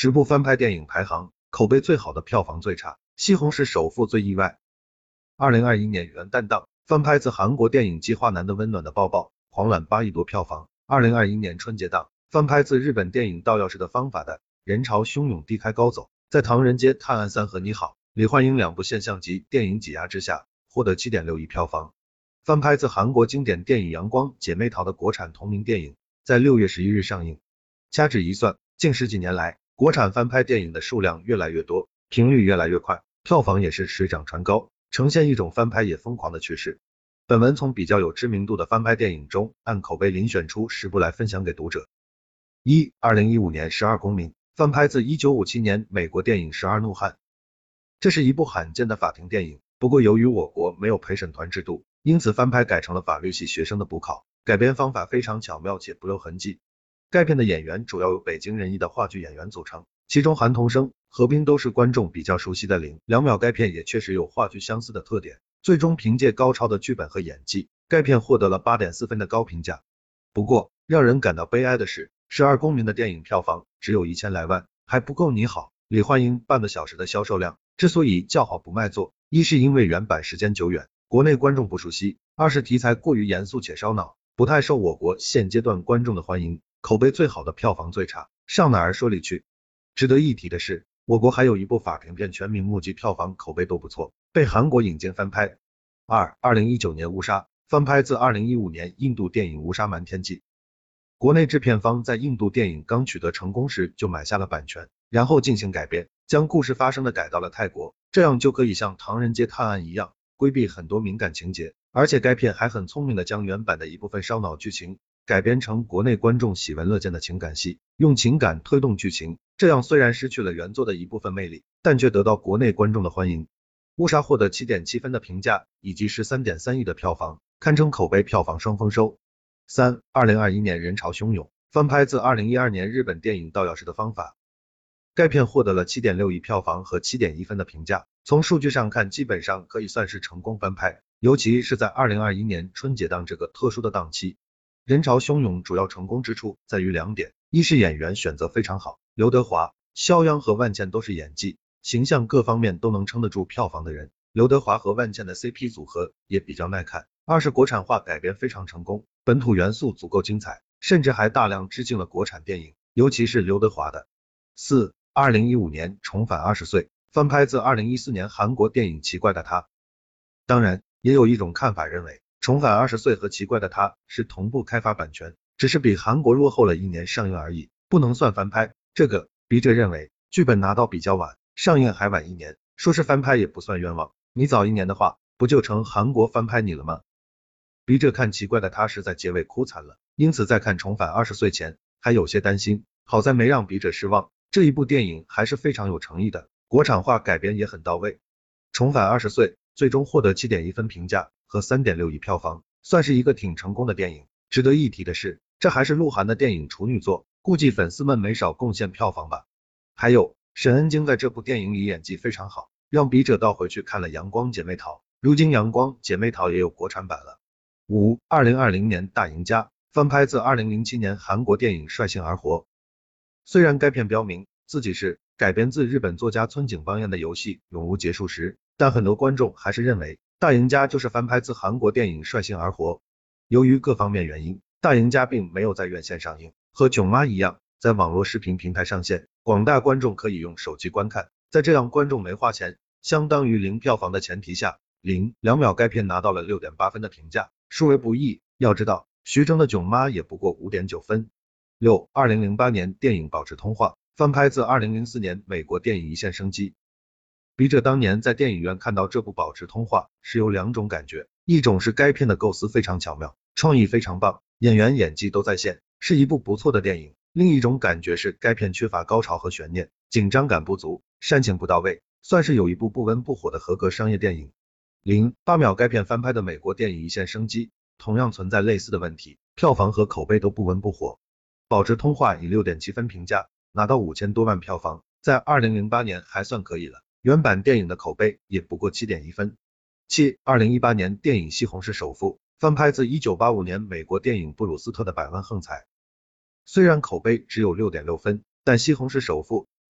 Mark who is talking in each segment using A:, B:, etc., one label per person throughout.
A: 10部翻拍电影排行，口碑最好的票房最差，西红柿首富最意外。2021年元旦档，翻拍自韩国电影《计划男的温暖的抱抱》，狂揽8亿多票房。2021年春节档，翻拍自日本电影《盗钥匙的方法》的人潮汹涌低开高走，在《唐人街探案3》和你好，李焕英2部现象级电影挤压之下，获得7.6亿票房。翻拍自韩国经典电影《阳光姐妹淘》的国产同名电影，在6月11日上映。掐指一算，近10几年来，国产翻拍电影的数量越来越多，频率越来越快，票房也是水涨船高，呈现一种翻拍也疯狂的趋势。本文从比较有知名度的翻拍电影中，按口碑遴选出10部来分享给读者。2015年12公民，翻拍自1957年美国电影《12怒汉》。这是一部罕见的法庭电影，不过由于我国没有陪审团制度，因此翻拍改成了法律系学生的补考，改编方法非常巧妙且不留痕迹。该片的演员主要由北京人艺的话剧演员组成，其中韩童生、何冰都是观众比较熟悉的2秒。该片也确实有话剧相似的特点，最终凭借高超的剧本和演技，该片获得了8.4分的高评价。不过，让人感到悲哀的是，12公民的电影票房只有1000来万，还不够你好，李焕英半个小时的销售量。之所以叫好不卖座，一是因为原版时间久远，国内观众不熟悉；二是题材过于严肃且烧脑，不太受我国现阶段观众的欢迎。口碑最好的票房最差，上哪儿说理去？值得一提的是，我国还有一部法庭片全民目击票房口碑都不错，被韩国引进翻拍。2019年乌纱，翻拍自2015年印度电影《乌纱瞒天记》。国内制片方在印度电影刚取得成功时就买下了版权，然后进行改编，将故事发生的改到了泰国，这样就可以像《唐人街探案》一样，规避很多敏感情节，而且该片还很聪明的将原版的一部分烧脑剧情改编成国内观众喜闻乐见的情感戏，用情感推动剧情，这样虽然失去了原作的一部分魅力，但却得到国内观众的欢迎。乌纱获得7.7分的评价，以及13.3亿的票房，堪称口碑票房双丰收。2021年人潮汹涌，翻拍自2012年日本电影《盗钥匙的方法》。该片获得了7.6亿票房和7.1分的评价，从数据上看基本上可以算是成功翻拍，尤其是在2021年春节档这个特殊的档期。人潮汹涌主要成功之处在于2点，一是演员选择非常好，刘德华、肖央和万茜都是演技、形象各方面都能撑得住票房的人，刘德华和万茜的 CP 组合也比较耐看。二是国产化改编非常成功，本土元素足够精彩，甚至还大量致敬了国产电影，尤其是刘德华的。2015年重返20岁，翻拍自2014年韩国电影《奇怪的他》。当然，也有一种看法认为，重返20岁和奇怪的他是同步开发版权，只是比韩国落后了1年上映而已，不能算翻拍。这个笔者认为，剧本拿到比较晚，上映还晚1年，说是翻拍也不算冤枉，你早1年的话，不就成韩国翻拍你了吗？笔者看奇怪的他是在结尾哭惨了，因此在看重返20岁前还有些担心，好在没让笔者失望，这一部电影还是非常有诚意的，国产化改编也很到位。重返20岁最终获得7.1分评价和3.6亿票房，算是一个挺成功的电影。值得一提的是，这还是鹿晗的电影处女作，估计粉丝们没少贡献票房吧。还有，沈恩京在这部电影里演技非常好，让笔者倒回去看了《阳光姐妹淘》，如今《阳光姐妹淘》也有国产版了。2020年大赢家，翻拍自2007年韩国电影《率性而活》。虽然该片标明自己是改编自日本作家村井邦彦的游戏《永无结束时》，但很多观众还是认为大赢家就是翻拍自韩国电影《率性而活》。由于各方面原因，大赢家并没有在院线上映，和囧妈一样在网络视频平台上线，广大观众可以用手机观看。在这样观众没花钱，相当于0票房的前提下，2秒该片拿到了 6.8 分的评价，殊为不易。要知道，徐峥的囧妈也不过 5.9 分。2008年电影《保持通话》，翻拍自2004年美国电影《一线生机》。笔者当年在电影院看到这部《保持通话》是有2种感觉，一种是该片的构思非常巧妙，创意非常棒，演员演技都在线，是一部不错的电影；另一种感觉是该片缺乏高潮和悬念，紧张感不足，煽情不到位，算是有一部不温不火的合格商业电影。8秒该片翻拍的美国电影《一线生机》同样存在类似的问题，票房和口碑都不温不火。保持通话以 6.7 分评价，拿到5000多万票房，在2008年还算可以了，原版电影的口碑也不过 7.1 分。2018年电影《西红柿首富》，翻拍自1985年美国电影布鲁斯特的《百万横财》。虽然口碑只有 6.6 分，但《西红柿首富》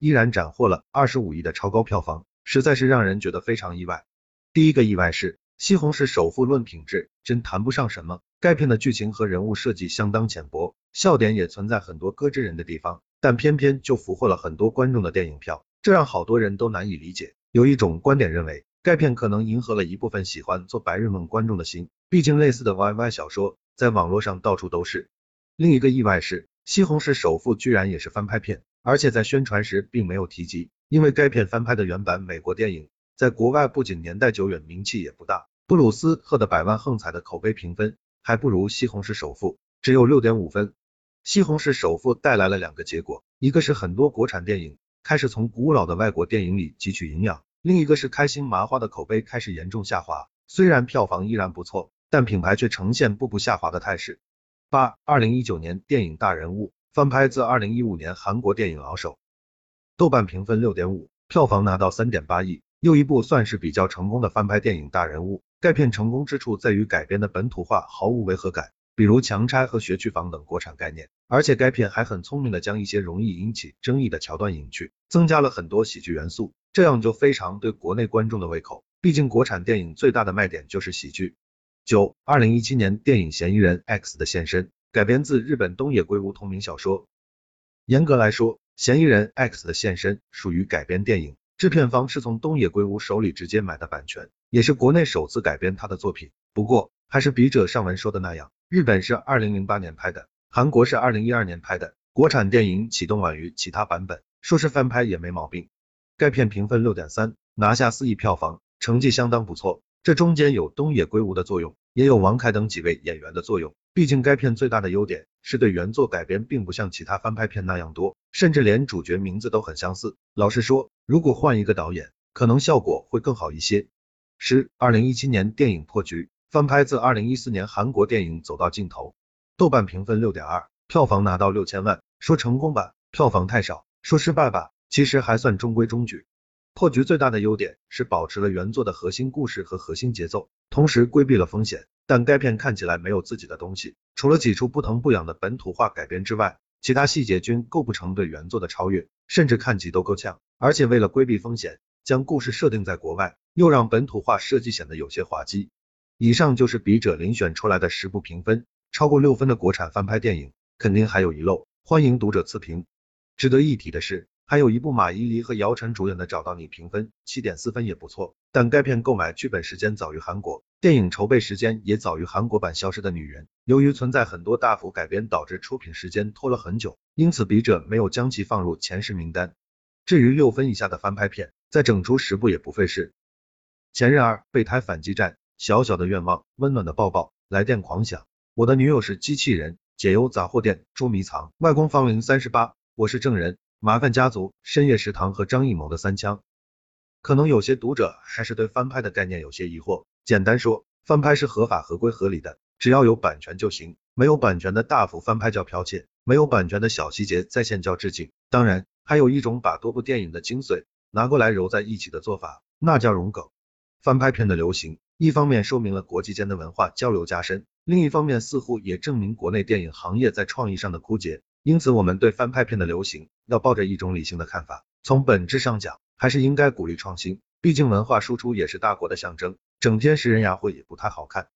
A: 依然斩获了25亿的超高票房，实在是让人觉得非常意外。第一个意外是西红柿首富论品质，真谈不上什么。该片的剧情和人物设计相当浅薄，笑点也存在很多搁置人的地方，但偏偏就俘获了很多观众的电影票，这让好多人都难以理解。有一种观点认为，该片可能迎合了一部分喜欢做白日梦观众的心，毕竟类似的 YY 小说在网络上到处都是。另一个意外是，西红柿首富居然也是翻拍片，而且在宣传时并没有提及，因为该片翻拍的原版美国电影在国外不仅年代久远，名气也不大。布鲁斯·赫的百万横财的口碑评分还不如西红柿首富，只有 6.5 分。西红柿首富带来了两个结果，一个是很多国产电影开始从古老的外国电影里汲取营养，另一个是开心麻花的口碑开始严重下滑，虽然票房依然不错，但品牌却呈现步步下滑的态势。2019年电影大人物翻拍自2015年韩国电影老手，豆瓣评分 6.5， 票房拿到 3.8 亿，又一部算是比较成功的翻拍电影大人物。该片成功之处在于改编的本土化毫无违和感，比如强拆和学区房等国产概念，而且该片还很聪明的将一些容易引起争议的桥段隐去，增加了很多喜剧元素，这样就非常对国内观众的胃口，毕竟国产电影最大的卖点就是喜剧。2017年电影嫌疑人 X 的现身改编自日本东野圭吾同名小说。严格来说，嫌疑人 X 的现身属于改编电影，制片方是从东野圭吾手里直接买的版权，也是国内首次改编他的作品。不过，还是笔者上文说的那样，日本是2008年拍的，韩国是2012年拍的，国产电影启动晚于其他版本，说是翻拍也没毛病。该片评分 6.3， 拿下4亿票房，成绩相当不错。这中间有东野圭吾的作用，也有王凯等几位演员的作用。毕竟该片最大的优点是对原作改编并不像其他翻拍片那样多，甚至连主角名字都很相似。老实说，如果换一个导演，可能效果会更好一些。2017年电影破局，翻拍自2014年韩国电影走到尽头，豆瓣评分 6.2， 票房拿到6000万，说成功吧，票房太少；说失败吧，其实还算中规中矩。破局最大的优点是保持了原作的核心故事和核心节奏，同时规避了风险，但该片看起来没有自己的东西，除了几处不疼不痒的本土化改编之外，其他细节均构不成对原作的超越，甚至看起都够呛。而且为了规避风险，将故事设定在国外，又让本土化设计显得有些滑稽。以上就是笔者遴选出来的10部评分超过6分的国产翻拍电影，肯定还有遗漏，欢迎读者测评。值得一提的是，还有一部马伊琍和姚晨主演的找到你，评分 7.4 分也不错，但该片购买剧本时间早于韩国，电影筹备时间也早于韩国版消失的女人，由于存在很多大幅改编导致出品时间拖了很久，因此笔者没有将其放入前10名单。至于6分以下的翻拍片，再整出10部也不费事。前任2备胎反击战，小小的愿望，温暖的抱抱，来电狂想，我的女友是机器人，解忧杂货店，捉迷藏，外公芳龄38，我是证人，麻烦家族，深夜食堂和张艺谋的3枪。可能有些读者还是对翻拍的概念有些疑惑，简单说，翻拍是合法合规合理的，只要有版权就行，没有版权的大幅翻拍叫剽窃，没有版权的小细节再现叫致敬。当然，还有一种把多部电影的精髓拿过来揉在一起的做法，那叫融梗。翻拍片的流行，一方面说明了国际间的文化交流加深，另一方面似乎也证明国内电影行业在创意上的枯竭。因此我们对翻拍片的流行要抱着一种理性的看法，从本质上讲还是应该鼓励创新，毕竟文化输出也是大国的象征，整天食人牙慧也不太好看。